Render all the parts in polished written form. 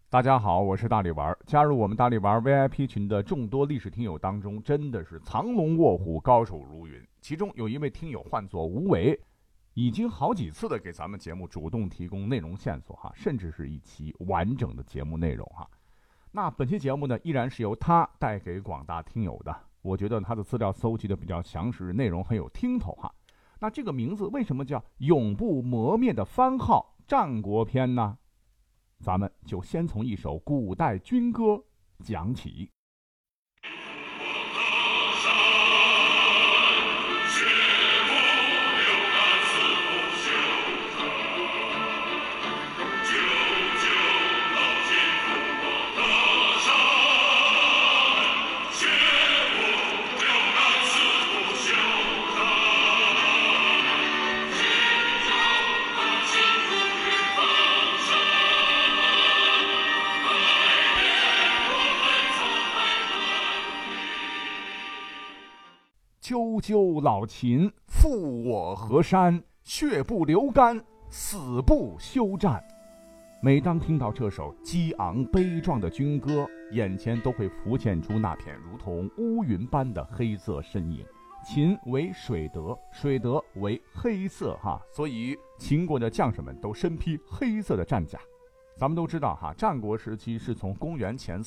大家好，我是大力丸。加入我们大力丸 VIP 群的众多历史听友当中，真的是藏龙卧虎，高手如云。其中有一位听友唤作吴为，已经好几次的给咱们节目主动提供内容线索甚至是一期完整的节目内容那本期节目呢，依然是由他带给广大听友的。我觉得他的资料搜集的比较详实，内容很有听头那这个名字为什么叫永不磨灭的番号战国篇呢？咱们就先从一首古代军歌讲起。啾啾老秦，负我河山，血不流干，死不休战。每当听到这首激昂悲壮的军歌，眼前都会浮现出那片如同乌云般的黑色身影。秦为水德，水德为黑色所以秦国的将士们都身披黑色的战甲。咱们都知道战国时期是从公元前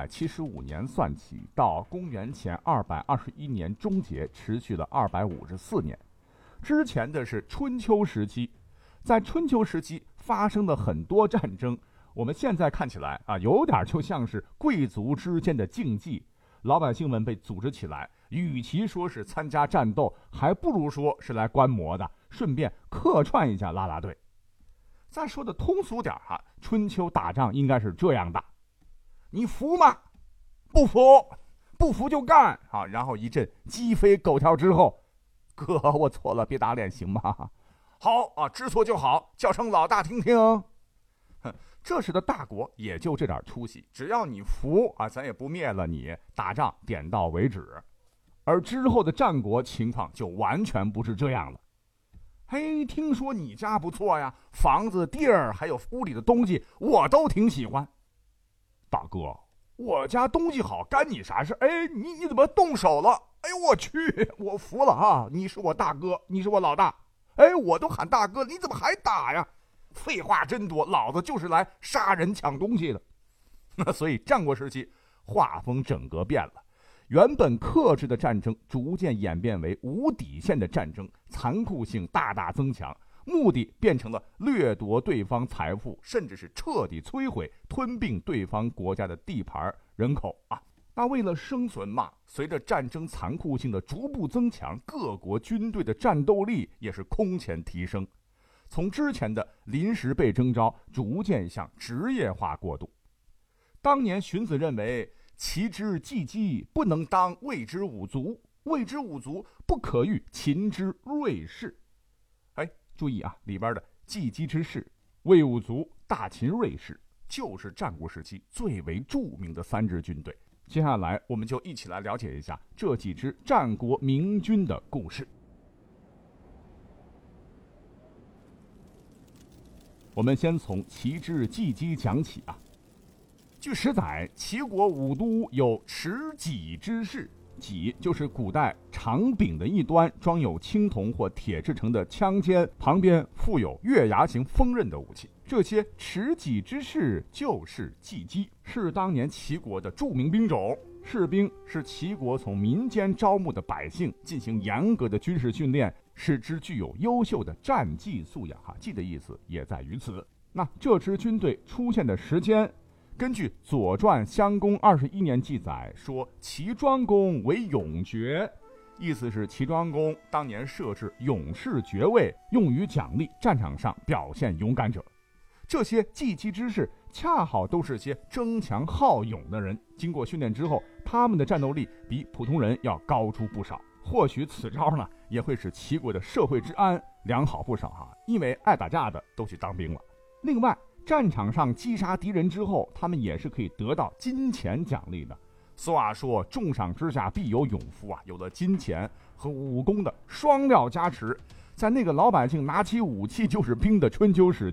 475年算起，到公元前221年终结，持续了254年。之前的是春秋时期，在春秋时期发生的很多战争，我们现在看起来有点就像是贵族之间的竞技，老百姓们被组织起来，与其说是参加战斗，还不如说是来观摩的，顺便客串一下啦啦队。再说的通俗点春秋打仗应该是这样的：你服吗？不服，不服就干然后一阵鸡飞狗跳之后，哥我错了，别打脸行吗？好知错就好，叫声老大听听。这时的大国也就这点出息，只要你服咱也不灭了你，打仗点到为止。而之后的战国情况就完全不是这样了。嘿，听说你家不错呀，房子、地儿还有屋里的东西我都挺喜欢。大哥，我家东西好干你啥事？你怎么动手了？我去，我服了你是我大哥，你是我老大，我都喊大哥，你怎么还打呀？废话真多，老子就是来杀人抢东西的。所以战国时期画风整个变了，原本克制的战争逐渐演变为无底线的战争，残酷性大大增强，目的变成了掠夺对方财富，甚至是彻底摧毁、吞并对方国家的地盘、人口那为了生存嘛，随着战争残酷性的逐步增强，各国军队的战斗力也是空前提升，从之前的临时被征召，逐渐向职业化过渡。当年荀子认为，其之济饥，不能当谓之五族，谓之五族，不可与秦之锐士。注意里边的济饥之士、魏武卒、大秦锐士，就是战国时期最为著名的3支军队。接下来我们就一起来了解一下这几支战国明军的故事。我们先从齐之济饥讲起据史载，齐国武都有持戟之士，戟就是古代长柄的一端装有青铜或铁制成的枪尖，旁边附有月牙形锋刃的武器。这些持戟之士就是骑击，是当年齐国的著名兵种。士兵是齐国从民间招募的百姓，进行严格的军事训练，使之具有优秀的战技素养技的意思也在于此。那这支军队出现的时间，根据《左传》襄公21年记载说，齐庄公为勇爵，意思是齐庄公当年设置勇士爵位，用于奖励战场上表现勇敢者。这些济饥之士恰好都是些争强好勇的人，经过训练之后，他们的战斗力比普通人要高出不少。或许此招呢，也会使齐国的社会治安良好不少因为爱打架的都去当兵了。另外，战场上击杀敌人之后，他们也是可以得到金钱奖励的。俗话说，重赏之下必有勇夫有了金钱和武功的双料加持，在那个老百姓拿起武器就是兵的春秋时期，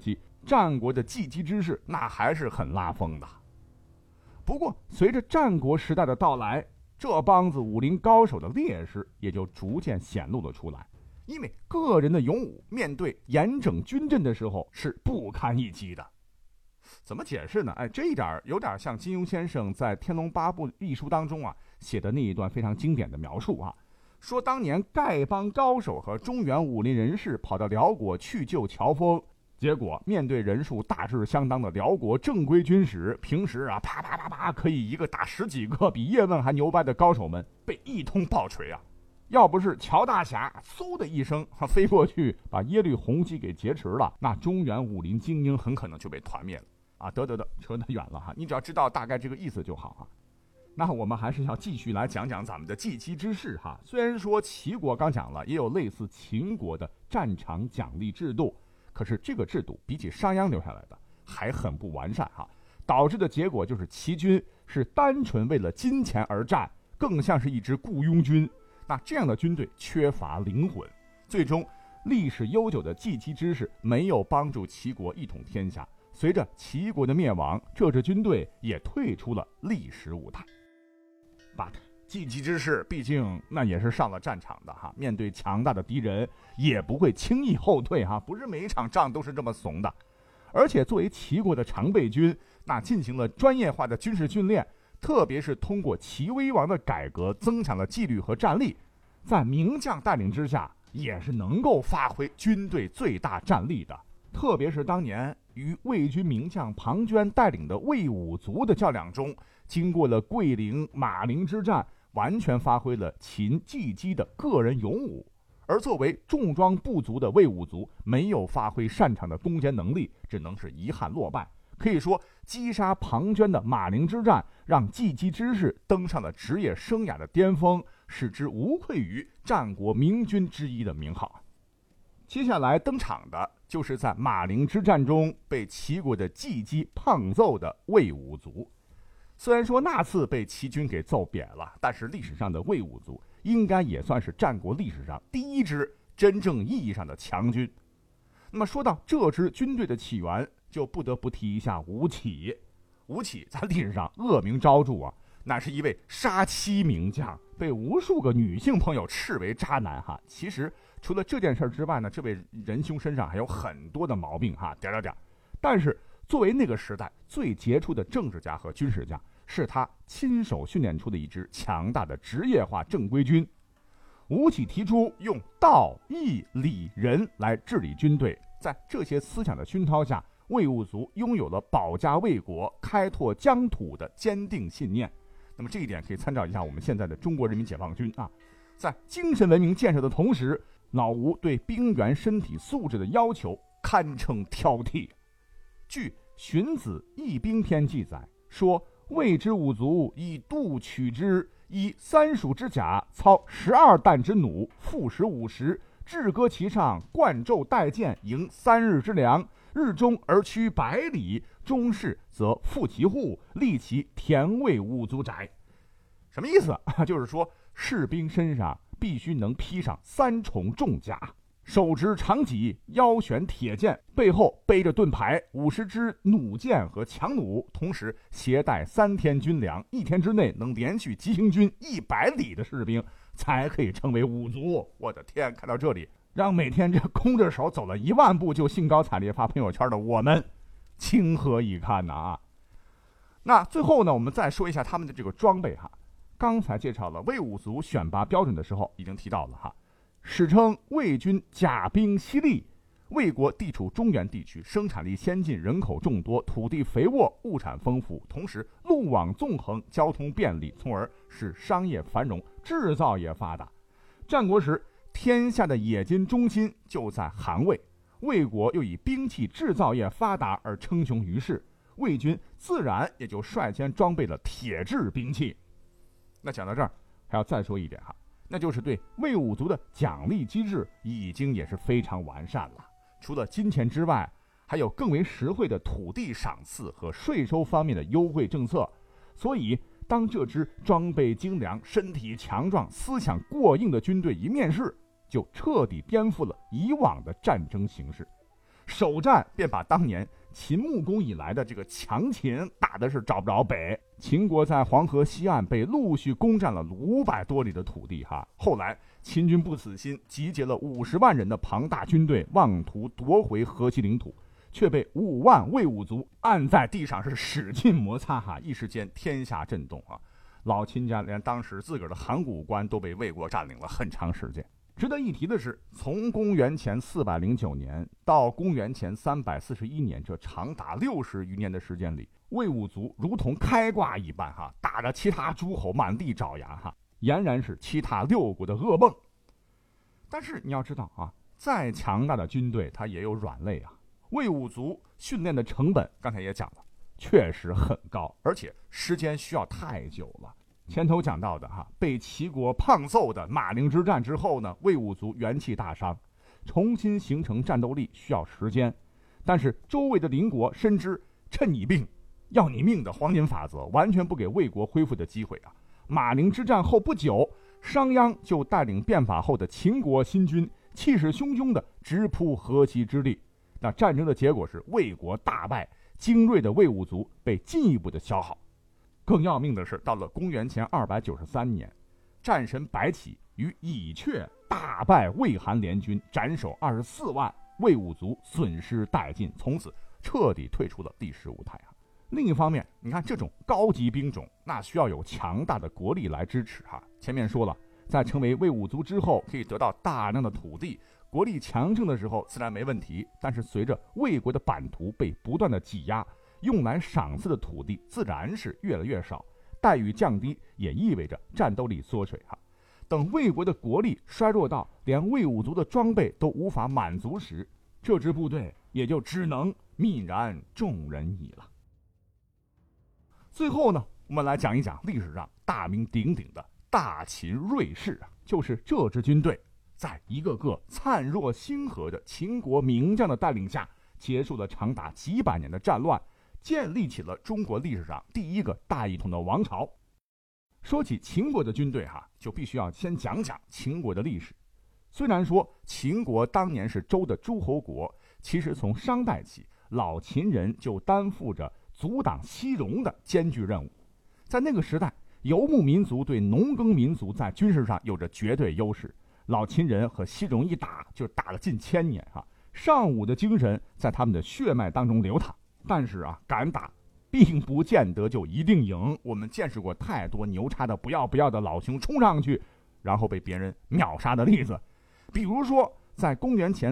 战国的技击之势那还是很拉风的。不过随着战国时代的到来，这帮子武林高手的劣势也就逐渐显露了出来。因为个人的勇武面对严整军阵的时候是不堪一击的。怎么解释呢？这一点有点像金庸先生在《天龙八部》一书当中写的那一段非常经典的描述说当年丐帮高手和中原武林人士跑到辽国去救乔峰，结果面对人数大致相当的辽国正规军时，平时啪啪啪啪可以一个打10几个比叶问还牛掰的高手们被一通暴锤要不是乔大侠嗖的一声飞过去把耶律洪基给劫持了，那中原武林精英很可能就被团灭了得，扯得远了你只要知道大概这个意思就好那我们还是要继续来讲讲咱们的技击之事虽然说齐国刚讲了也有类似秦国的战场奖励制度，可是这个制度比起商鞅留下来的还很不完善导致的结果就是齐军是单纯为了金钱而战，更像是一支雇佣军。那这样的军队缺乏灵魂，最终历史悠久的技击之势没有帮助齐国一统天下，随着齐国的灭亡，这支军队也退出了历史舞台。But 技击之士毕竟那也是上了战场的面对强大的敌人也不会轻易后退不是每一场仗都是这么怂的。而且作为齐国的常备军，那进行了专业化的军事训练，特别是通过齐威王的改革增强了纪律和战力，在名将带领之下也是能够发挥军队最大战力的。特别是当年与魏军名将庞涓带领的魏武卒的较量中，经过了桂陵、马陵之战，完全发挥了秦技击的个人勇武。而作为重装不足的魏武卒，没有发挥擅长的攻坚能力，只能是遗憾落败。可以说击杀庞涓的马陵之战让技击之士登上了职业生涯的巅峰，使之无愧于战国明军之一的名号。接下来登场的就是在马陵之战中被齐国的技击胖揍的魏武卒。虽然说那次被齐军给揍扁了，但是历史上的魏武卒应该也算是战国历史上第一支真正意义上的强军。那么说到这支军队的起源，就不得不提一下吴起。吴起在历史上恶名昭著那是一位杀妻名将，被无数个女性朋友斥为渣男其实除了这件事之外呢，这位仁兄身上还有很多的毛病但是作为那个时代最杰出的政治家和军事家，是他亲手训练出的一支强大的职业化正规军。吴起提出用道、义、礼、仁来治理军队，在这些思想的熏陶下，魏武卒拥有了保家卫国、开拓疆土的坚定信念。那么这一点可以参照一下我们现在的中国人民解放军在精神文明建设的同时，老吴对兵员身体素质的要求堪称挑剔。据《荀子·义兵篇》记载说，魏之武卒以度取之，以3属之甲，操12担之弩，副食50，至戈其上，贯胄带箭，营3日之粮，日中而驱100里，中士则复其户，立其田卫武卒宅。什么意思就是说士兵身上必须能披上3重重甲，手执长戟，腰悬铁剑，背后背着盾牌，50支弩箭和强弩，同时携带3天军粮，1天之内能连续急行军100里的士兵才可以称为武卒。我的天，看到这里，让每天这空着手走了1万步就兴高采烈发朋友圈的我们情何以堪那最后呢，我们再说一下他们的这个装备刚才介绍了魏武卒选拔标准的时候已经提到了史称魏军甲兵犀利。魏国地处中原地区，生产力先进，人口众多，土地肥沃，物产丰富，同时路网纵横，交通便利，从而使商业繁荣，制造业发达。战国时，天下的冶金中心就在韩魏，魏国又以兵器制造业发达而称雄于世，魏军自然也就率先装备了铁制兵器。那讲到这儿，还要再说一点那就是对魏武卒的奖励机制已经也是非常完善了。除了金钱之外，还有更为实惠的土地赏赐和税收方面的优惠政策。所以当这支装备精良、身体强壮、思想过硬的军队一面世，就彻底颠覆了以往的战争形势。首战便把当年秦穆公以来的这个强秦打的是找不着北，秦国在黄河西岸被陆续攻占了500多里的土地哈。后来秦军不死心，集结了50万人的庞大军队，妄图夺回河西领土，却被5万魏武卒按在地上是使劲摩擦哈，一时间天下震动啊！老秦家连当时自个儿的函谷关都被魏国占领了很长时间。值得一提的是，从公元前409年到公元前341年，这长达60余年的时间里，魏武卒如同开挂一般哈，打着其他诸侯满地找牙哈，俨然是其他6国的噩梦。但是你要知道啊，再强大的军队它也有软肋啊。魏武卒训练的成本刚才也讲了，确实很高，而且时间需要太久了。前头讲到的哈，被齐国胖揍的马陵之战之后呢，魏武卒元气大伤，重新形成战斗力需要时间。但是周围的邻国深知趁你病要你命的黄金法则，完全不给魏国恢复的机会啊。马陵之战后不久，商鞅就带领变法后的秦国新军气势汹汹的直扑河西之地。那战争的结果是魏国大败，精锐的魏武卒被进一步的消耗。更要命的是，到了公元前293年，战神白起于乙阙大败魏韩联军，斩首24万，魏武卒损失殆尽，从此彻底退出了历史舞台啊。另一方面，你看这种高级兵种，那需要有强大的国力来支持哈。前面说了，在成为魏武卒之后，可以得到大量的土地，国力强盛的时候自然没问题。但是随着魏国的版图被不断的挤压，用来赏赐的土地自然是越来越少，待遇降低也意味着战斗力缩水哈。等魏国的国力衰弱到连魏武卒的装备都无法满足时，这支部队也就只能泯然众人矣了。最后呢，我们来讲一讲历史上大名鼎鼎的大秦瑞士啊，就是这支军队在一个个灿若星河的秦国名将的带领下，结束了长达几百年的战乱，建立起了中国历史上第一个大一统的王朝。说起秦国的军队哈，就必须要先讲讲秦国的历史。虽然说秦国当年是周的诸侯国，其实从商代起，老秦人就担负着阻挡西戎的艰巨任务。在那个时代，游牧民族对农耕民族在军事上有着绝对优势，老秦人和西戎一打就打了近1000年哈，尚武的精神在他们的血脉当中流淌。但是啊，敢打并不见得就一定赢。我们见识过太多牛叉的不要的老兄冲上去然后被别人秒杀的例子。比如说在公元前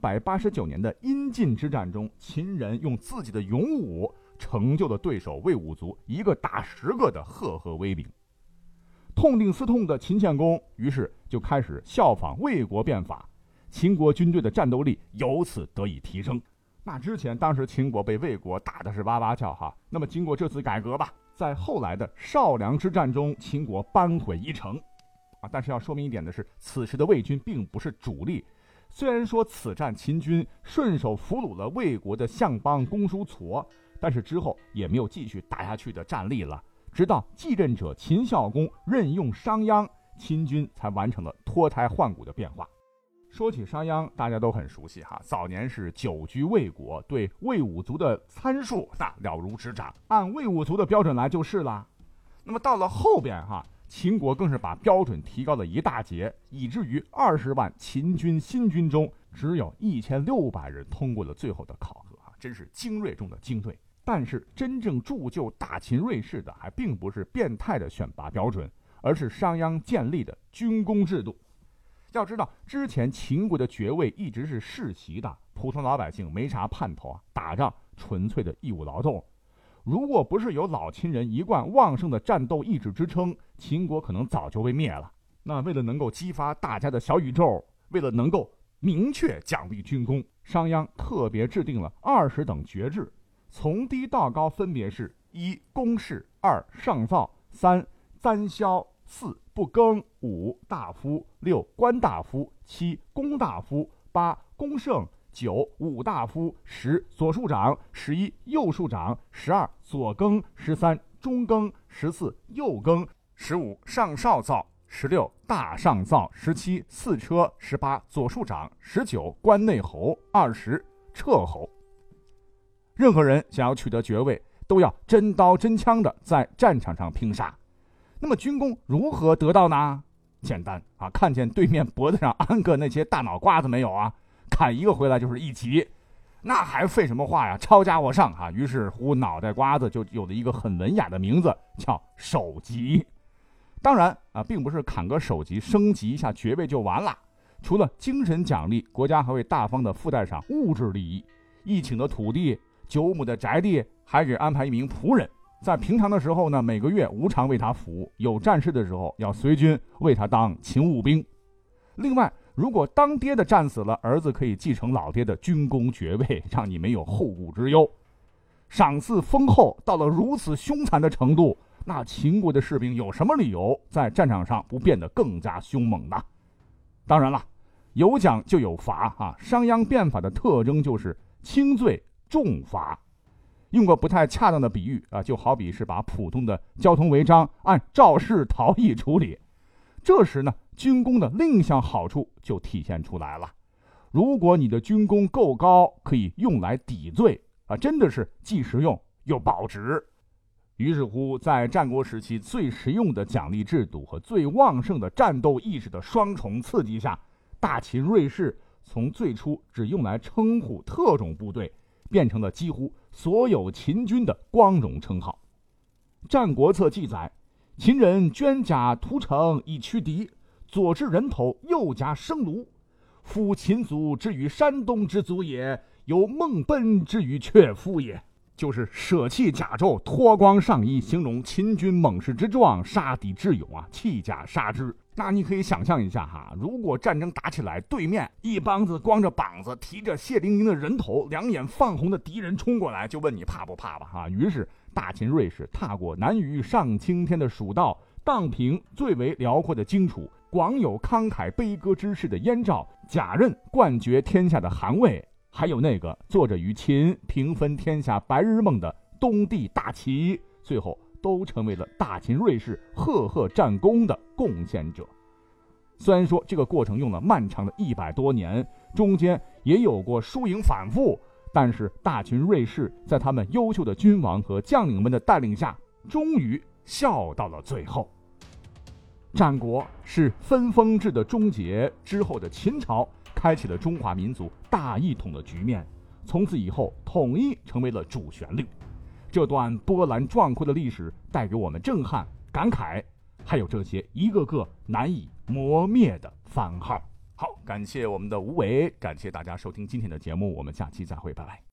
389年的阴晋之战中，秦人用自己的勇武成就了对手魏武卒一个打10个的赫赫威名。痛定思痛的秦献公于是就开始效仿魏国变法，秦国军队的战斗力由此得以提升。那之前当时秦国被魏国打的是哇哇叫哈，那么经过这次改革吧，在后来的少梁之战中，秦国扳回一城啊。但是要说明一点的是，此时的魏军并不是主力。虽然说此战秦军顺手俘虏了魏国的相邦公叔痤，但是之后也没有继续打下去的战力了。直到继任者秦孝公任用商鞅，秦军才完成了脱胎换骨的变化。说起商鞅，大家都很熟悉哈，早年是久居魏国，对魏武卒的参数那了如指掌，按魏武卒的标准来就是了。那么到了后边哈，秦国更是把标准提高了一大截，以至于20万秦军新军中只有1600人通过了最后的考核啊，真是精锐中的精锐。但是真正铸就大秦瑞士的还并不是变态的选拔标准，而是商鞅建立的军功制度。要知道之前秦国的爵位一直是世袭的，普通老百姓没啥盼头啊，打仗纯粹的义务劳动。如果不是有老秦人一贯旺盛的战斗意志支撑，秦国可能早就被灭了。那为了能够激发大家的小宇宙，为了能够明确奖励军功，商鞅特别制定了20等爵制，从低到高分别是1公事，2上造，3簪绡，4不耕，5大夫，6官大夫，7公大夫，8公胜，9武大夫，10左庶长，11右庶长，12左更，13中更，14右更，15上少造，16大上造，17四车，18左庶长，19关内侯，20彻侯。 任何人想要取得爵位，都要真刀真枪的在战场上拼杀。那么军功如何得到呢？简单啊，看见对面脖子上安个那些大脑瓜子没有啊？砍一个回来就是一级，那还废什么话呀？抄家伙上啊！于是乎，脑袋瓜子就有了一个很文雅的名字，叫首级。当然啊，并不是砍个首级升级一下爵位就完了。除了精神奖励，国家还会大方的附带上物质利益，一顷的土地、9亩的宅地，还给安排一名仆人。在平常的时候呢，每个月无偿为他服务；有战事的时候，要随军为他当勤务兵。另外，如果当爹的战死了，儿子可以继承老爹的军功爵位，让你没有后顾之忧。赏赐丰厚到了如此凶残的程度，那秦国的士兵有什么理由在战场上不变得更加凶猛呢？当然了，有奖就有罚啊！商鞅变法的特征就是轻罪重罚。用个不太恰当的比喻啊，就好比是把普通的交通违章按肇事逃逸处理。这时呢，军功的另一项好处就体现出来了。如果你的军功够高，可以用来抵罪啊，真的是既实用又保值。于是乎，在战国时期最实用的奖励制度和最旺盛的战斗意识的双重刺激下，大秦瑞士从最初只用来称呼特种部队，变成了几乎所有秦军的光荣称号。战国策记载，秦人捐甲屠城以驱敌，左置人头，右夹生炉。夫秦族之于山东之族也，由孟奔之于阙夫也。就是舍弃甲胄，脱光上衣，形容秦军猛士之壮，杀敌之勇啊，弃甲杀之。那你可以想象一下哈，如果战争打起来，对面一帮子光着膀子、提着血淋淋的人头、两眼放红的敌人冲过来，就问你怕不怕吧？哈，于是大秦瑞士踏过南隅上青天的蜀道，荡平最为辽阔的荆楚，广有慷慨悲歌之士的燕赵，假任冠绝天下的韩魏。还有那个坐着与秦平分天下白日梦的东帝大齐，最后都成为了大秦瑞士赫赫战功的贡献者。虽然说这个过程用了漫长的100多年，中间也有过输赢反复，但是大秦瑞士在他们优秀的君王和将领们的带领下，终于笑到了最后。战国是分封制的终结之后的秦朝，开启了中华民族大一统的局面，从此以后统一成为了主旋律。这段波澜壮阔的历史带给我们震撼、感慨，还有这些一个个难以磨灭的番号。好，感谢我们的吴伟，感谢大家收听今天的节目，我们下期再会，拜拜。